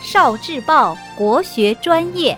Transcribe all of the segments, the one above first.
少智报国学专业。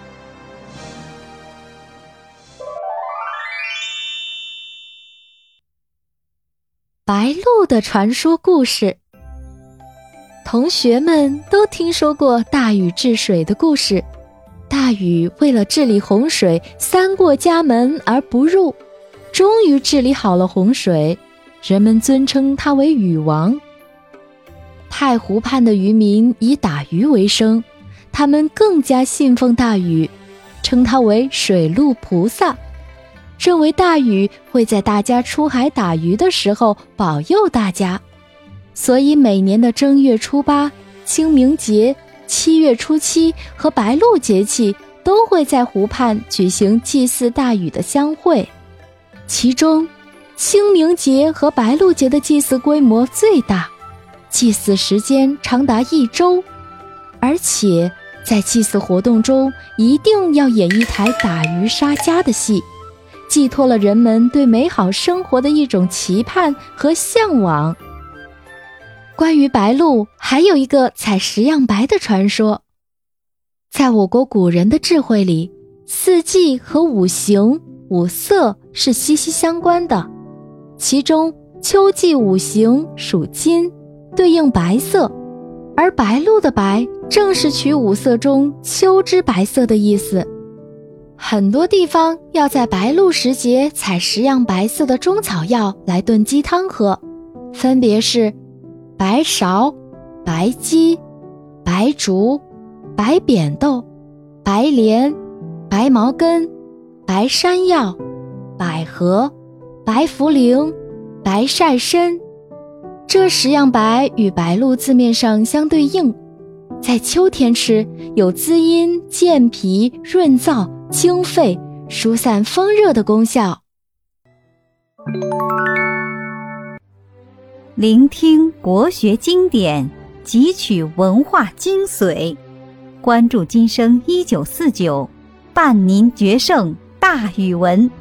白鹭的传说故事。同学们都听说过大禹治水的故事。大禹为了治理洪水，三过家门而不入，终于治理好了洪水，人们尊称他为禹王。太湖畔的渔民以打鱼为生，他们更加信奉大禹，称他为水陆菩萨，认为大禹会在大家出海打鱼的时候保佑大家，所以每年的正月初八、清明节、7月初7和白露节气都会在湖畔举行祭祀大禹的相会。其中，清明节和白露节的祭祀规模最大，祭祀时间长达1周，而且在祭祀活动中一定要演一台打鱼杀家的戏，寄托了人们对美好生活的一种期盼和向往。关于白露，还有一个采十样白的传说。在我国古人的智慧里，四季和五行、五色是息息相关的，其中秋季五行属金，对应白色，而白露的白正是取五色中秋之白色的意思。很多地方要在白露时节采10样白色的中草药来炖鸡汤喝，分别是白芍、白鸡、白术、白扁豆、白莲、白茅根、白山药、百合、白茯苓、白晒参。这10样白与白露字面上相对应，在秋天吃有滋阴、健脾、润燥、清肺、疏散风热的功效。 聆听国学经典，汲取文化精髓，关注今生1949，伴您决胜大语文。